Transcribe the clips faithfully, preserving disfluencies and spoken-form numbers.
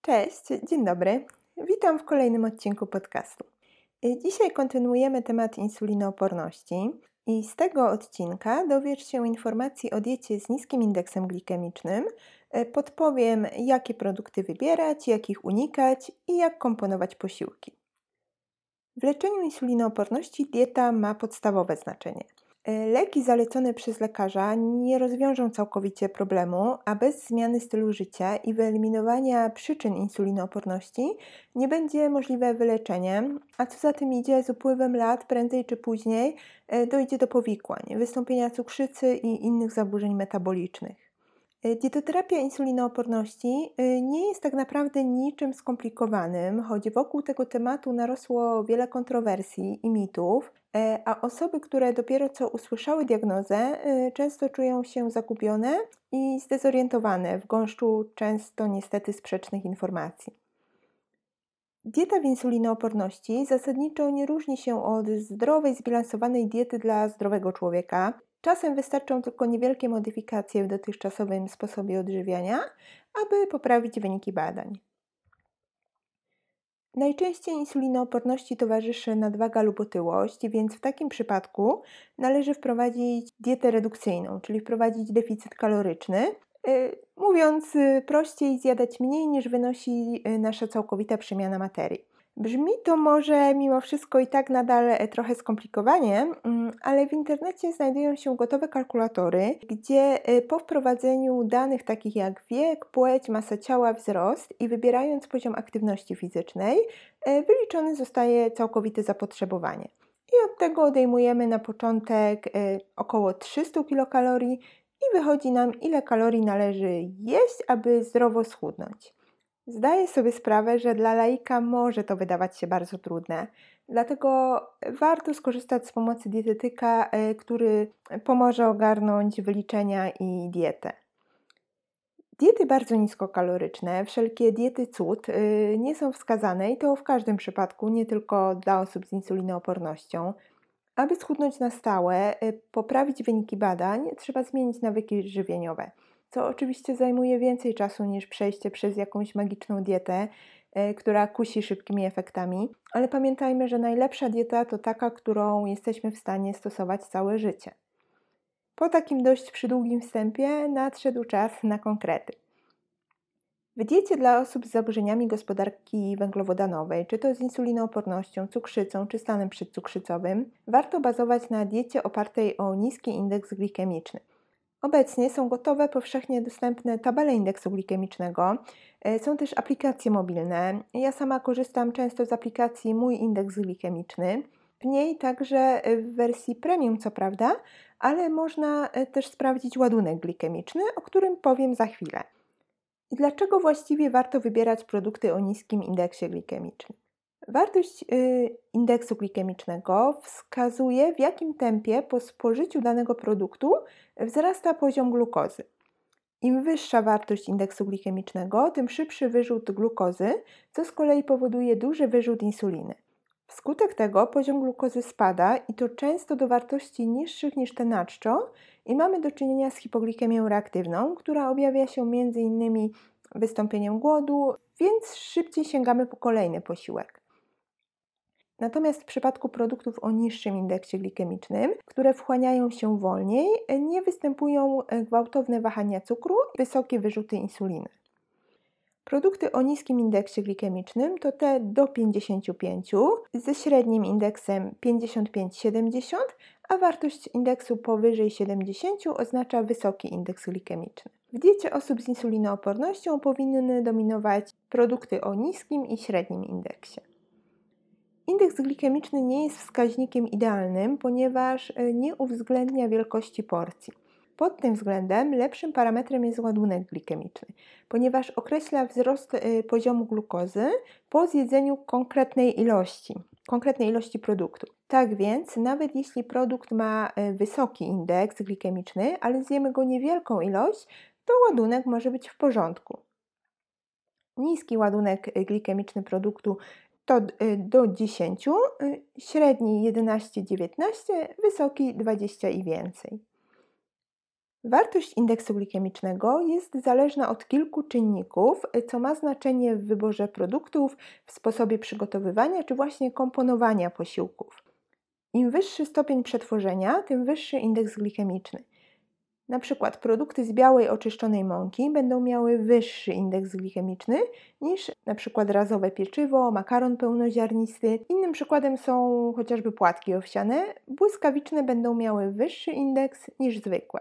Cześć, dzień dobry. Witam w kolejnym odcinku podcastu. Y, Dzisiaj kontynuujemy temat insulinooporności i z tego odcinka dowiesz się informacji o diecie z niskim indeksem glikemicznym. Y, Podpowiem, jakie produkty wybierać, jak ich unikać i jak komponować posiłki. W leczeniu insulinooporności dieta ma podstawowe znaczenie. Y, Leki zalecone przez lekarza nie rozwiążą całkowicie problemu, a bez zmiany stylu życia i wyeliminowania przyczyn insulinooporności nie będzie możliwe wyleczenie, a co za tym idzie, z upływem lat, prędzej czy później, y, dojdzie do powikłań, wystąpienia cukrzycy i innych zaburzeń metabolicznych. Y, Dietoterapia insulinooporności y, nie jest tak naprawdę niczym skomplikowanym, choć wokół tego tematu narosło wiele kontrowersji i mitów, e, a osoby, które dopiero co usłyszały diagnozę, y, często czują się zagubione i zdezorientowane w gąszczu często niestety sprzecznych informacji. Dieta w insulinooporności zasadniczo nie różni się od zdrowej, zbilansowanej diety dla zdrowego człowieka. Czasem wystarczą tylko niewielkie modyfikacje w dotychczasowym sposobie odżywiania, aby poprawić wyniki badań. Najczęściej insulinooporności towarzyszy nadwaga lub otyłość, więc w takim przypadku należy wprowadzić dietę redukcyjną, czyli wprowadzić deficyt kaloryczny. Yy, Mówiąc yy, prościej, zjadać mniej niż wynosi yy, nasza całkowita przemiana materii. Brzmi to może mimo wszystko i tak nadal e, trochę skomplikowanie, mm, ale w internecie znajdują się gotowe kalkulatory, gdzie e, po wprowadzeniu danych takich jak wiek, płeć, masa ciała, wzrost i wybierając poziom aktywności fizycznej, e, wyliczone zostaje całkowite zapotrzebowanie. I od tego odejmujemy na początek e, około trzysta kilokalorii i wychodzi nam, ile kalorii należy jeść, aby zdrowo schudnąć. Zdaję sobie sprawę, że dla laika może to wydawać się bardzo trudne, dlatego warto skorzystać z pomocy dietetyka, y, który pomoże ogarnąć wyliczenia i dietę. Diety bardzo niskokaloryczne, wszelkie diety cud y, nie są wskazane i to w każdym przypadku, nie tylko dla osób z insulinoopornością. Aby schudnąć na stałe, y, poprawić wyniki badań, trzeba zmienić nawyki żywieniowe, co oczywiście zajmuje więcej czasu niż przejście przez jakąś magiczną dietę, y, która kusi szybkimi efektami, ale pamiętajmy, że najlepsza dieta to taka, którą jesteśmy w stanie stosować całe życie. Po takim dość przydługim wstępie nadszedł czas na konkrety. W diecie dla osób z zaburzeniami gospodarki węglowodanowej, czy to z insulinoopornością, cukrzycą czy stanem przedcukrzycowym, warto bazować na diecie opartej o niski indeks glikemiczny. Obecnie są gotowe, powszechnie dostępne tabele indeksu glikemicznego, są też aplikacje mobilne. Ja sama korzystam często z aplikacji Mój Indeks Glikemiczny. W niej także w wersji premium co prawda, ale można też sprawdzić ładunek glikemiczny, o którym powiem za chwilę. I dlaczego właściwie warto wybierać produkty o niskim indeksie glikemicznym? Wartość y, indeksu glikemicznego wskazuje, w jakim tempie po spożyciu danego produktu wzrasta poziom glukozy. Im wyższa wartość indeksu glikemicznego, tym szybszy wyrzut glukozy, co z kolei powoduje duży wyrzut insuliny. Wskutek tego poziom glukozy spada i to często do wartości niższych niż te na czczo i mamy do czynienia z hipoglikemią reaktywną, która objawia się między innymi wystąpieniem głodu, więc szybciej sięgamy po kolejny posiłek. Natomiast w przypadku produktów o niższym indeksie glikemicznym, które wchłaniają się wolniej, nie występują gwałtowne wahania cukru i wysokie wyrzuty insuliny. Produkty o niskim indeksie glikemicznym to te do pięćdziesięciu pięciu, ze średnim indeksem pięćdziesiąt pięć siedemdziesiąt, a wartość indeksu powyżej siedemdziesięciu oznacza wysoki indeks glikemiczny. W diecie osób z insulinoopornością powinny dominować produkty o niskim i średnim indeksie. Indeks glikemiczny nie jest wskaźnikiem idealnym, ponieważ nie uwzględnia wielkości porcji. Pod tym względem lepszym parametrem jest ładunek glikemiczny, ponieważ określa wzrost poziomu glukozy po zjedzeniu konkretnej ilości, konkretnej ilości produktu. Tak więc, nawet jeśli produkt ma wysoki indeks glikemiczny, ale zjemy go niewielką ilość, to ładunek może być w porządku. Niski ładunek glikemiczny produktu to do dziesięciu, średni jedenaście dziewiętnaście, wysoki dwadzieścia i więcej. Wartość indeksu glikemicznego jest zależna od kilku czynników, co ma znaczenie w wyborze produktów, w sposobie przygotowywania czy właśnie komponowania posiłków. Im wyższy stopień przetworzenia, tym wyższy indeks glikemiczny. Na przykład produkty z białej oczyszczonej mąki będą miały wyższy indeks glikemiczny niż na przykład razowe pieczywo, makaron pełnoziarnisty. Innym przykładem są chociażby płatki owsiane. Błyskawiczne będą miały wyższy indeks niż zwykłe.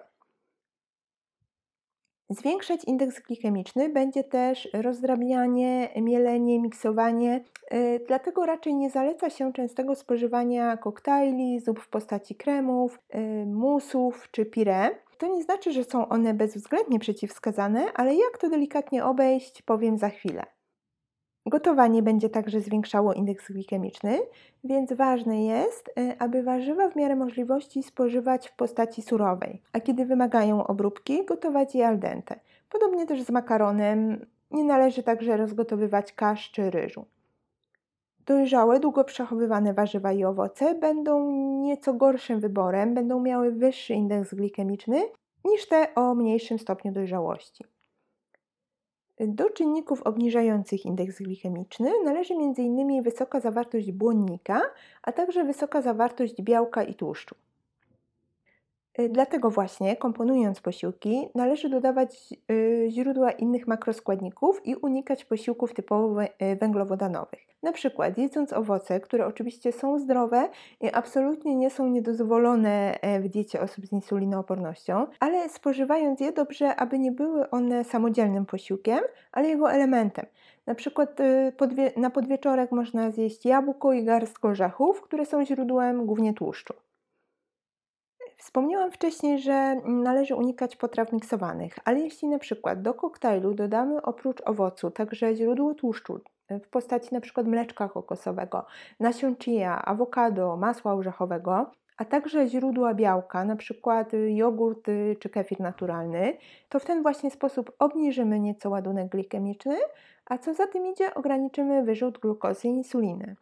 Zwiększać indeks glikemiczny będzie też rozdrabnianie, mielenie, miksowanie, yy, dlatego raczej nie zaleca się częstego spożywania koktajli, zup w postaci kremów, yy, musów czy pire. To nie znaczy, że są one bezwzględnie przeciwwskazane, ale jak to delikatnie obejść, powiem za chwilę. Gotowanie będzie także zwiększało indeks glikemiczny, więc ważne jest, aby warzywa w miarę możliwości spożywać w postaci surowej, a kiedy wymagają obróbki, gotować je al dente. Podobnie też z makaronem, nie należy także rozgotowywać kasz czy ryżu. Dojrzałe, długo przechowywane warzywa i owoce będą nieco gorszym wyborem, będą miały wyższy indeks glikemiczny niż te o mniejszym stopniu dojrzałości. Do czynników obniżających indeks glikemiczny należy między innymi wysoka zawartość błonnika, a także wysoka zawartość białka i tłuszczu. Dlatego właśnie, komponując posiłki, należy dodawać źródła innych makroskładników i unikać posiłków typowo węglowodanowych. Na przykład jedząc owoce, które oczywiście są zdrowe i absolutnie nie są niedozwolone w diecie osób z insulinoopornością, ale spożywając je dobrze, aby nie były one samodzielnym posiłkiem, ale jego elementem. Na przykład na podwieczorek można zjeść jabłko i garstkę orzechów, które są źródłem głównie tłuszczu. Wspomniałam wcześniej, że należy unikać potraw miksowanych, ale jeśli na przykład do koktajlu dodamy oprócz owocu także źródło tłuszczu w postaci np. mleczka kokosowego, nasion chia, awokado, masła orzechowego, a także źródła białka, np. jogurt czy kefir naturalny, to w ten właśnie sposób obniżymy nieco ładunek glikemiczny, a co za tym idzie, ograniczymy wyrzut glukozy i insuliny.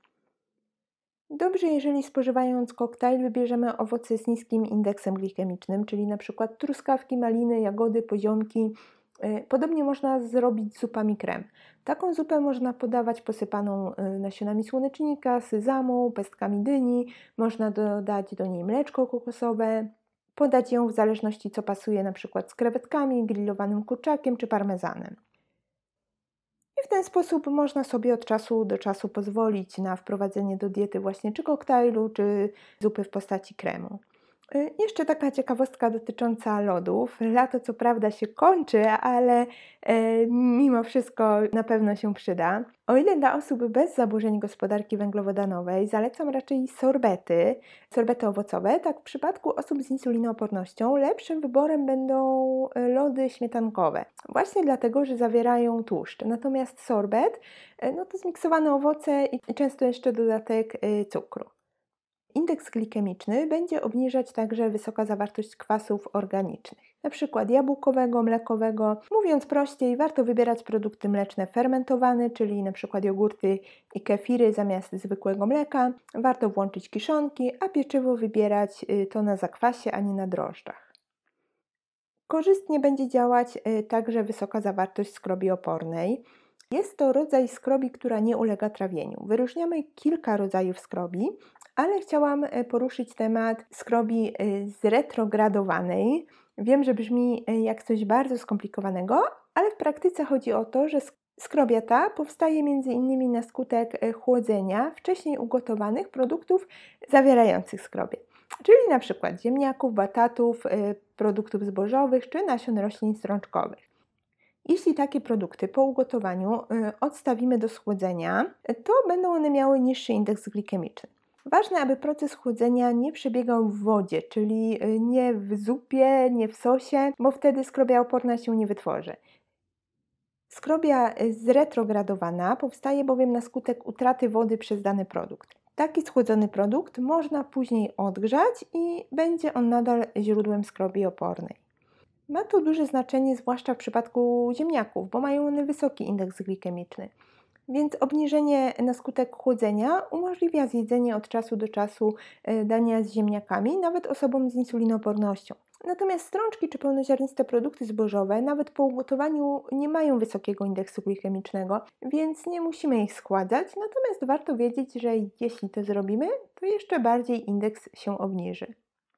Dobrze, jeżeli spożywając koktajl wybierzemy owoce z niskim indeksem glikemicznym, czyli np. truskawki, maliny, jagody, poziomki. Podobnie można zrobić z zupami krem. Taką zupę można podawać posypaną nasionami słonecznika, sezamą, pestkami dyni, można dodać do niej mleczko kokosowe, podać ją w zależności co pasuje np. z krewetkami, grillowanym kurczakiem czy parmezanem. I w ten sposób można sobie od czasu do czasu pozwolić na wprowadzenie do diety właśnie czy koktajlu, czy zupy w postaci kremu. Jeszcze taka ciekawostka dotycząca lodów. Lato co prawda się kończy, ale e, mimo wszystko na pewno się przyda. O ile dla osób bez zaburzeń gospodarki węglowodanowej zalecam raczej sorbety, sorbety owocowe, tak w przypadku osób z insulinoopornością lepszym wyborem będą lody śmietankowe. Właśnie dlatego, że zawierają tłuszcz. Natomiast sorbet no to zmiksowane owoce i często jeszcze dodatek cukru. Indeks glikemiczny będzie obniżać także wysoka zawartość kwasów organicznych, np. jabłkowego, mlekowego. Mówiąc prościej, warto wybierać produkty mleczne fermentowane, czyli np. jogurty i kefiry zamiast zwykłego mleka. Warto włączyć kiszonki, a pieczywo wybierać to na zakwasie, a nie na drożdżach. Korzystnie będzie działać także wysoka zawartość skrobi opornej. Jest to rodzaj skrobi, która nie ulega trawieniu. Wyróżniamy kilka rodzajów skrobi, ale chciałam poruszyć temat skrobi zretrogradowanej. Wiem, że brzmi jak coś bardzo skomplikowanego, ale w praktyce chodzi o to, że skrobia ta powstaje między innymi na skutek chłodzenia wcześniej ugotowanych produktów zawierających skrobię. Czyli na przykład ziemniaków, batatów, produktów zbożowych czy nasion roślin strączkowych. Jeśli takie produkty po ugotowaniu odstawimy do schłodzenia, to będą one miały niższy indeks glikemiczny. Ważne, aby proces chłodzenia nie przebiegał w wodzie, czyli nie w zupie, nie w sosie, bo wtedy skrobia oporna się nie wytworzy. Skrobia zretrogradowana powstaje bowiem na skutek utraty wody przez dany produkt. Taki schłodzony produkt można później odgrzać i będzie on nadal źródłem skrobi opornej. Ma to duże znaczenie zwłaszcza w przypadku ziemniaków, bo mają one wysoki indeks glikemiczny. Więc obniżenie na skutek chłodzenia umożliwia zjedzenie od czasu do czasu dania z ziemniakami, nawet osobom z insulinoopornością. Natomiast strączki czy pełnoziarniste produkty zbożowe nawet po ugotowaniu nie mają wysokiego indeksu glikemicznego, więc nie musimy ich schładzać, natomiast warto wiedzieć, że jeśli to zrobimy, to jeszcze bardziej indeks się obniży.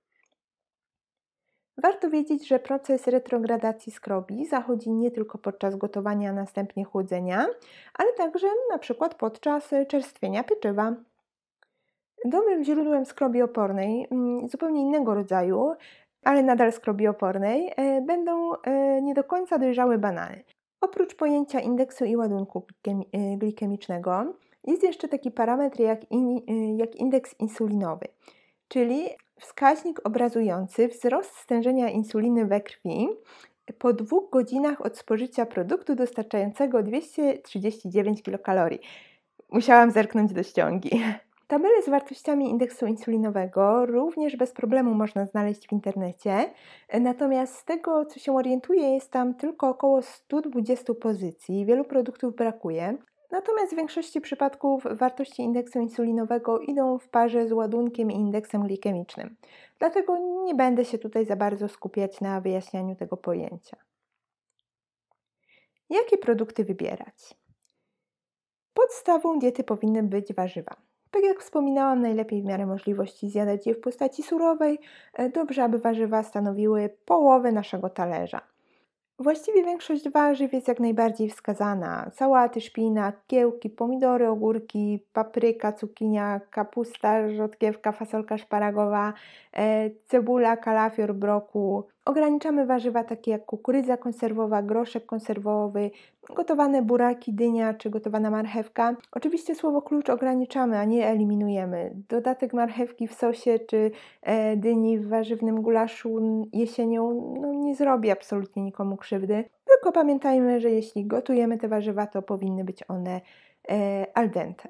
Warto wiedzieć, że proces retrogradacji skrobi zachodzi nie tylko podczas gotowania, a następnie chłodzenia, ale także na przykład podczas czerstwienia pieczywa. Dobrym źródłem skrobi opornej, mm, zupełnie innego rodzaju, ale nadal skrobi opornej, e, będą e, nie do końca dojrzałe banany. Oprócz pojęcia indeksu i ładunku glikemi- e, glikemicznego jest jeszcze taki parametr jak, in, e, jak indeks insulinowy, czyli wskaźnik obrazujący wzrost stężenia insuliny we krwi po dwóch godzinach od spożycia produktu dostarczającego dwieście trzydzieści dziewięć kilokalorii. Musiałam zerknąć do ściągi. Tabelę z wartościami indeksu insulinowego również bez problemu można znaleźć w internecie, natomiast z tego, co się orientuję, jest tam tylko około sto dwadzieścia pozycji, wielu produktów brakuje. Natomiast w większości przypadków wartości indeksu insulinowego idą w parze z ładunkiem i indeksem glikemicznym. Dlatego nie będę się tutaj za bardzo skupiać na wyjaśnianiu tego pojęcia. Jakie produkty wybierać? Podstawą diety powinny być warzywa. Tak jak wspominałam, najlepiej w miarę możliwości zjadać je w postaci surowej, dobrze aby warzywa stanowiły połowę naszego talerza. Właściwie większość warzyw jest jak najbardziej wskazana. Sałaty, szpinak, kiełki, pomidory, ogórki, papryka, cukinia, kapusta, rzodkiewka, fasolka szparagowa, e, cebula, kalafior, brokuł. Ograniczamy warzywa takie jak kukurydza konserwowa, groszek konserwowy, gotowane buraki, dynia czy gotowana marchewka. Oczywiście słowo klucz ograniczamy, a nie eliminujemy. Dodatek marchewki w sosie czy e, dyni w warzywnym gulaszu jesienią no, nie zrobi absolutnie nikomu krzywdy. Tylko pamiętajmy, że jeśli gotujemy te warzywa, to powinny być one e, al dente.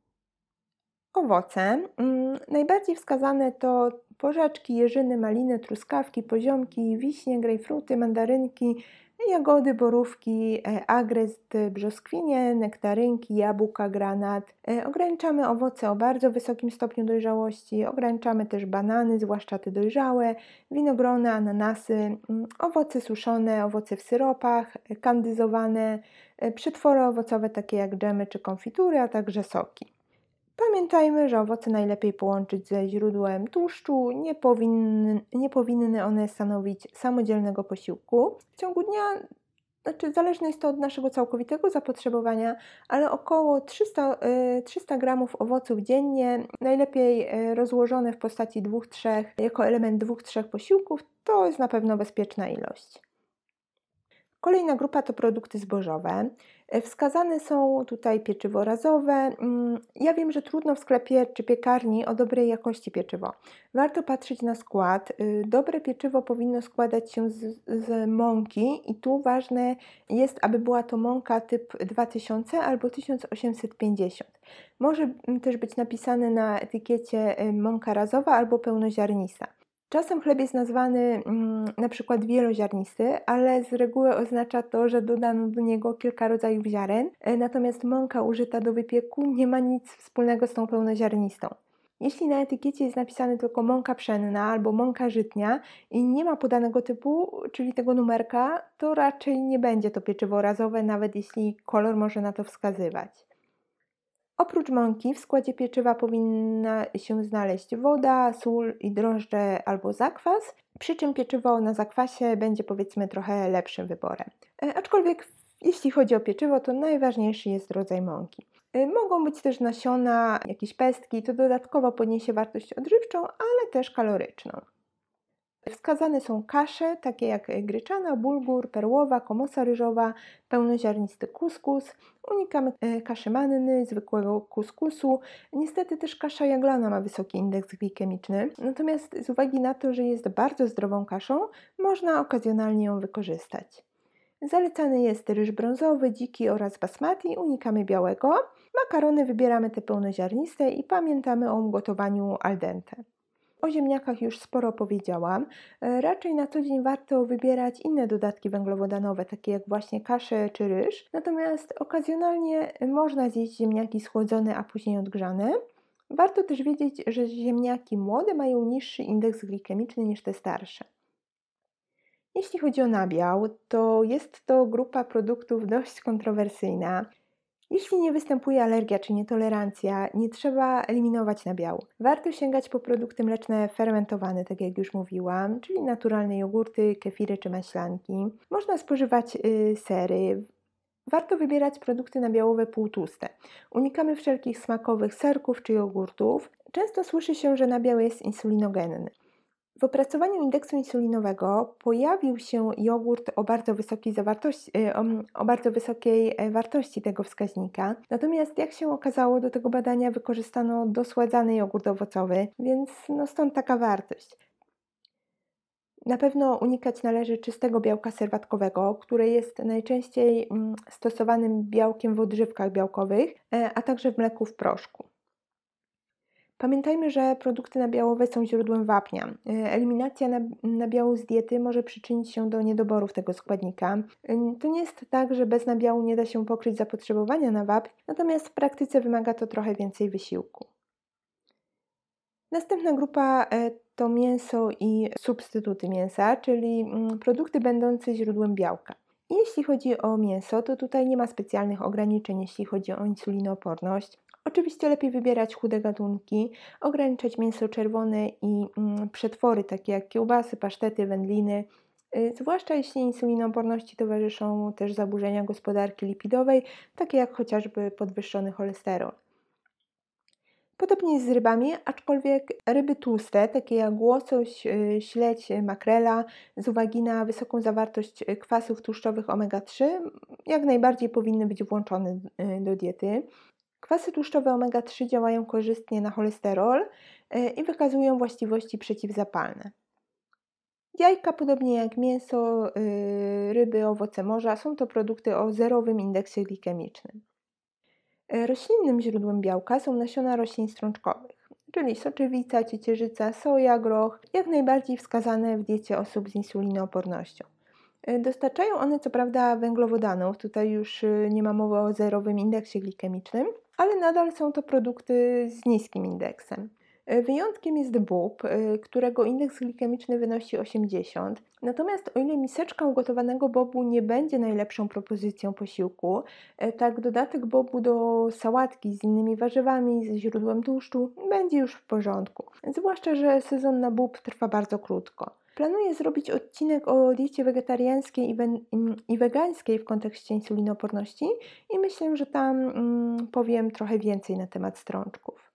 Owoce. Mm, najbardziej wskazane to porzeczki, jeżyny, maliny, truskawki, poziomki, wiśnie, grejpfruty, mandarynki, jagody, borówki, e, agrest, brzoskwinie, nektarynki, jabłka, granat. E, ograniczamy owoce o bardzo wysokim stopniu dojrzałości, ograniczamy też banany, zwłaszcza te dojrzałe, winogrona, ananasy, mm, owoce suszone, owoce w syropach, e, kandyzowane, e, przetwory owocowe takie jak dżemy czy konfitury, a także soki. Pamiętajmy, że owoce najlepiej połączyć ze źródłem tłuszczu, nie powinny, nie powinny one stanowić samodzielnego posiłku. W ciągu dnia, znaczy zależne jest to od naszego całkowitego zapotrzebowania, ale około trzysta, trzysta gramów owoców dziennie, najlepiej rozłożone w postaci dwóch trzech, jako element dwóch trzech posiłków, to jest na pewno bezpieczna ilość. Kolejna grupa to produkty zbożowe. Wskazane są tutaj pieczywo razowe. Ja wiem, że trudno w sklepie czy piekarni o dobrej jakości pieczywo. Warto patrzeć na skład. Dobre pieczywo powinno składać się z, z mąki i tu ważne jest, aby była to mąka typ dwa tysiące albo tysiąc osiemset pięćdziesiąt. Może też być napisane na etykiecie mąka razowa albo pełnoziarnista. Czasem chleb jest nazwany mm, na przykład wieloziarnisty, ale z reguły oznacza to, że dodano do niego kilka rodzajów ziaren, natomiast mąka użyta do wypieku nie ma nic wspólnego z tą pełnoziarnistą. Jeśli na etykiecie jest napisane tylko mąka pszenna albo mąka żytnia i nie ma podanego typu, czyli tego numerka, to raczej nie będzie to pieczywo razowe, nawet jeśli kolor może na to wskazywać. Oprócz mąki w składzie pieczywa powinna się znaleźć woda, sól i drożdże albo zakwas, przy czym pieczywo na zakwasie będzie powiedzmy trochę lepszym wyborem. E, aczkolwiek jeśli chodzi o pieczywo, to najważniejszy jest rodzaj mąki. E, mogą być też nasiona, jakieś pestki, to dodatkowo podniesie wartość odżywczą, ale też kaloryczną. Wskazane są kasze, takie jak gryczana, bulgur, perłowa, komosa ryżowa, pełnoziarnisty kuskus. Unikamy kaszy manny, zwykłego kuskusu. Niestety też kasza jaglana ma wysoki indeks glikemiczny. Natomiast z uwagi na to, że jest bardzo zdrową kaszą, można okazjonalnie ją wykorzystać. Zalecany jest ryż brązowy, dziki oraz basmati. Unikamy białego. Makarony wybieramy te pełnoziarniste i pamiętamy o ugotowaniu al dente. O ziemniakach już sporo powiedziałam. Raczej na co dzień warto wybierać inne dodatki węglowodanowe, takie jak właśnie kaszę czy ryż. Natomiast okazjonalnie można zjeść ziemniaki schłodzone, a później odgrzane. Warto też wiedzieć, że ziemniaki młode mają niższy indeks glikemiczny niż te starsze. Jeśli chodzi o nabiał, to jest to grupa produktów dość kontrowersyjna. Jeśli nie występuje alergia czy nietolerancja, nie trzeba eliminować nabiału. Warto sięgać po produkty mleczne fermentowane, tak jak już mówiłam, czyli naturalne jogurty, kefiry czy maślanki. Można spożywać y, sery. Warto wybierać produkty nabiałowe półtłuste. Unikamy wszelkich smakowych serków czy jogurtów. Często słyszy się, że nabiał jest insulinogenny. W opracowaniu indeksu insulinowego pojawił się jogurt o bardzo wysokiej zawartości, o, o bardzo wysokiej wartości tego wskaźnika. Natomiast jak się okazało, do tego badania wykorzystano dosładzany jogurt owocowy, więc no stąd taka wartość. Na pewno unikać należy czystego białka serwatkowego, które jest najczęściej stosowanym białkiem w odżywkach białkowych, a także w mleku w proszku. Pamiętajmy, że produkty nabiałowe są źródłem wapnia. Eliminacja nabiału z diety może przyczynić się do niedoborów tego składnika. To nie jest tak, że bez nabiału nie da się pokryć zapotrzebowania na wapń, natomiast w praktyce wymaga to trochę więcej wysiłku. Następna grupa to mięso i substytuty mięsa, czyli produkty będące źródłem białka. Jeśli chodzi o mięso, to tutaj nie ma specjalnych ograniczeń, jeśli chodzi o insulinooporność. Oczywiście lepiej wybierać chude gatunki, ograniczać mięso czerwone i mm, przetwory takie jak kiełbasy, pasztety, wędliny, yy, zwłaszcza jeśli insulinooporności towarzyszą też zaburzenia gospodarki lipidowej, takie jak chociażby podwyższony cholesterol. Podobnie jest z rybami, aczkolwiek ryby tłuste, takie jak łosoś, yy, śledź, makrela, z uwagi na wysoką zawartość kwasów tłuszczowych omega trzy, jak najbardziej powinny być włączone yy, do diety. Kwasy tłuszczowe omega trzy działają korzystnie na cholesterol i wykazują właściwości przeciwzapalne. Jajka, podobnie jak mięso, ryby, owoce morza, są to produkty o zerowym indeksie glikemicznym. Roślinnym źródłem białka są nasiona roślin strączkowych, czyli soczewica, ciecierzyca, soja, groch, jak najbardziej wskazane w diecie osób z insulinoopornością. Dostarczają one co prawda węglowodanów, tutaj już nie ma mowy o zerowym indeksie glikemicznym, ale nadal są to produkty z niskim indeksem. Wyjątkiem jest bób, którego indeks glikemiczny wynosi osiemdziesiąt. Natomiast o ile miseczka ugotowanego bobu nie będzie najlepszą propozycją posiłku, tak dodatek bobu do sałatki z innymi warzywami, z źródłem tłuszczu będzie już w porządku. Zwłaszcza, że sezon na bób trwa bardzo krótko. Planuję zrobić odcinek o diecie wegetariańskiej i, we- i wegańskiej w kontekście insulinooporności i myślę, że tam mm, powiem trochę więcej na temat strączków.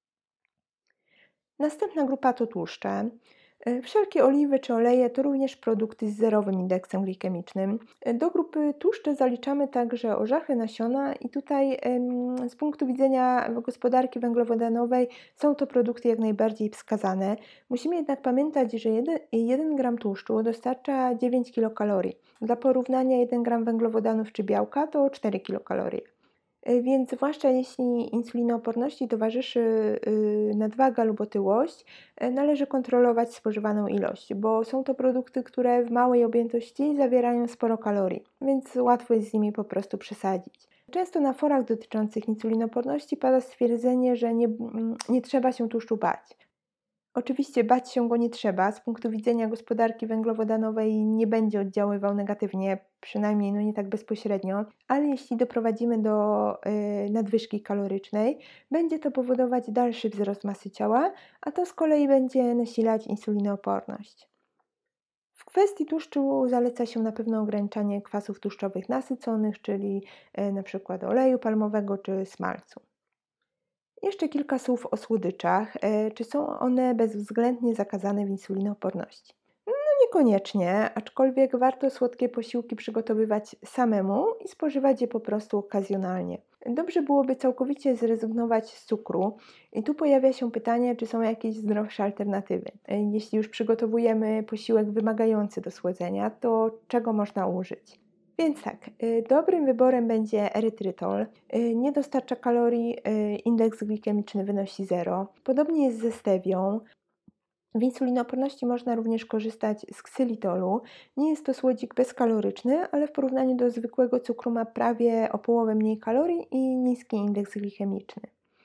Następna grupa to tłuszcze. Wszelkie oliwy czy oleje to również produkty z zerowym indeksem glikemicznym. Do grupy tłuszczy zaliczamy także orzechy, nasiona i tutaj z punktu widzenia gospodarki węglowodanowej są to produkty jak najbardziej wskazane. Musimy jednak pamiętać, że jeden gram tłuszczu dostarcza dziewięć kilokalorii. Dla porównania jeden gram węglowodanów czy białka to cztery kilokalorie. Więc zwłaszcza jeśli insulinooporności towarzyszy nadwaga lub otyłość, należy kontrolować spożywaną ilość, bo są to produkty, które w małej objętości zawierają sporo kalorii, więc łatwo jest z nimi po prostu przesadzić. Często na forach dotyczących insulinooporności pada stwierdzenie, że nie, nie trzeba się tłuszczu bać. Oczywiście bać się go nie trzeba, z punktu widzenia gospodarki węglowodanowej nie będzie oddziaływał negatywnie, przynajmniej no nie tak bezpośrednio, ale jeśli doprowadzimy do y, nadwyżki kalorycznej, będzie to powodować dalszy wzrost masy ciała, a to z kolei będzie nasilać insulinooporność. W kwestii tłuszczu zaleca się na pewno ograniczanie kwasów tłuszczowych nasyconych, czyli y, np. oleju palmowego czy smalcu. Jeszcze kilka słów o słodyczach. Czy są one bezwzględnie zakazane w insulinooporności? No niekoniecznie, aczkolwiek warto słodkie posiłki przygotowywać samemu i spożywać je po prostu okazjonalnie. Dobrze byłoby całkowicie zrezygnować z cukru i tu pojawia się pytanie, czy są jakieś zdrowsze alternatywy. Jeśli już przygotowujemy posiłek wymagający do słodzenia, to czego można użyć? Więc tak, dobrym wyborem będzie erytrytol. Nie dostarcza kalorii, indeks glikemiczny wynosi zero. Podobnie jest ze stewią. W insulinooporności można również korzystać z ksylitolu. Nie jest to słodzik bezkaloryczny, ale w porównaniu do zwykłego cukru ma prawie o połowę mniej kalorii i niski indeks glikemiczny.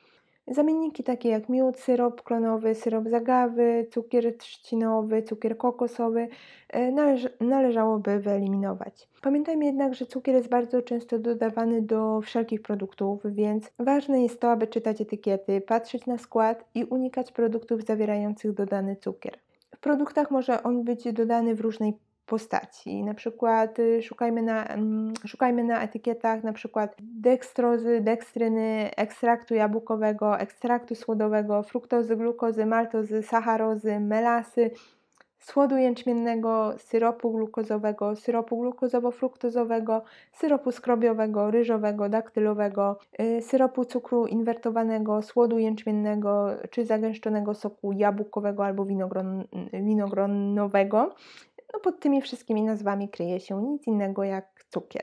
Zamienniki takie jak miód, syrop klonowy, syrop z agawy, cukier trzcinowy, cukier kokosowy e, należ należałoby wyeliminować. Pamiętajmy jednak, że cukier jest bardzo często dodawany do wszelkich produktów, więc ważne jest to, aby czytać etykiety, patrzeć na skład i unikać produktów zawierających dodany cukier. W produktach może on być dodany w różnej postaci. Na przykład y, szukajmy na, mm, szukajmy na etykietach na przykład dekstrozy, dekstryny, ekstraktu jabłkowego, ekstraktu słodowego, fruktozy, glukozy, maltozy, sacharozy, melasy, słodu jęczmiennego, syropu glukozowego, syropu glukozowo-fruktozowego, syropu skrobiowego, ryżowego, daktylowego, y, syropu cukru inwertowanego, słodu jęczmiennego czy zagęszczonego soku jabłkowego albo winogron, winogronowego. No pod tymi wszystkimi nazwami kryje się nic innego jak cukier.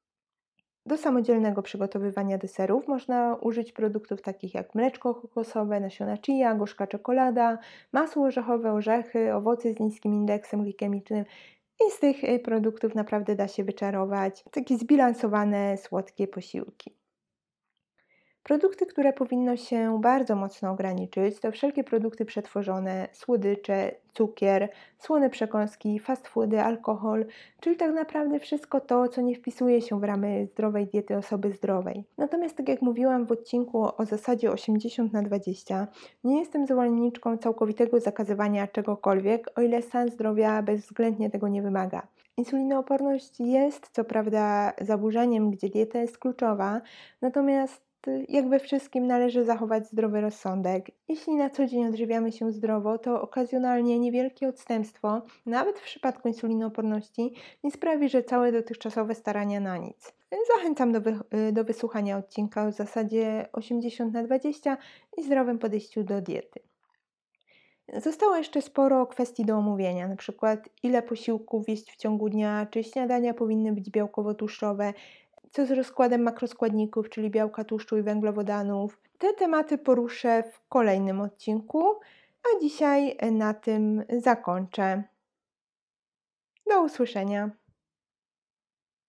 Do samodzielnego przygotowywania deserów można użyć produktów takich jak mleczko kokosowe, nasiona chia, gorzka czekolada, masło orzechowe, orzechy, owoce z niskim indeksem glikemicznym i z tych y, produktów naprawdę da się wyczarować takie zbilansowane, słodkie posiłki. Produkty, które powinno się bardzo mocno ograniczyć, to wszelkie produkty przetworzone, słodycze, cukier, słone przekąski, fast foody, alkohol, czyli tak naprawdę wszystko to, co nie wpisuje się w ramy zdrowej diety osoby zdrowej. Natomiast tak jak mówiłam w odcinku o zasadzie osiemdziesiąt na dwadzieścia, nie jestem zwolenniczką całkowitego zakazywania czegokolwiek, o ile stan zdrowia bezwzględnie tego nie wymaga. Insulinooporność jest co prawda zaburzeniem, gdzie dieta jest kluczowa, natomiast jak we wszystkim należy zachować zdrowy rozsądek. Jeśli na co dzień odżywiamy się zdrowo, to okazjonalnie niewielkie odstępstwo, nawet w przypadku insulinooporności, nie sprawi, że całe dotychczasowe starania na nic. Zachęcam do, wy- do wysłuchania odcinka o zasadzie osiemdziesiąt na dwadzieścia i zdrowym podejściu do diety. Zostało jeszcze sporo kwestii do omówienia, na przykład ile posiłków jeść w ciągu dnia, czy śniadania powinny być białkowo-tłuszczowe, co z rozkładem makroskładników, czyli białka, tłuszczu i węglowodanów. Te tematy poruszę w kolejnym odcinku, a dzisiaj na tym zakończę. Do usłyszenia.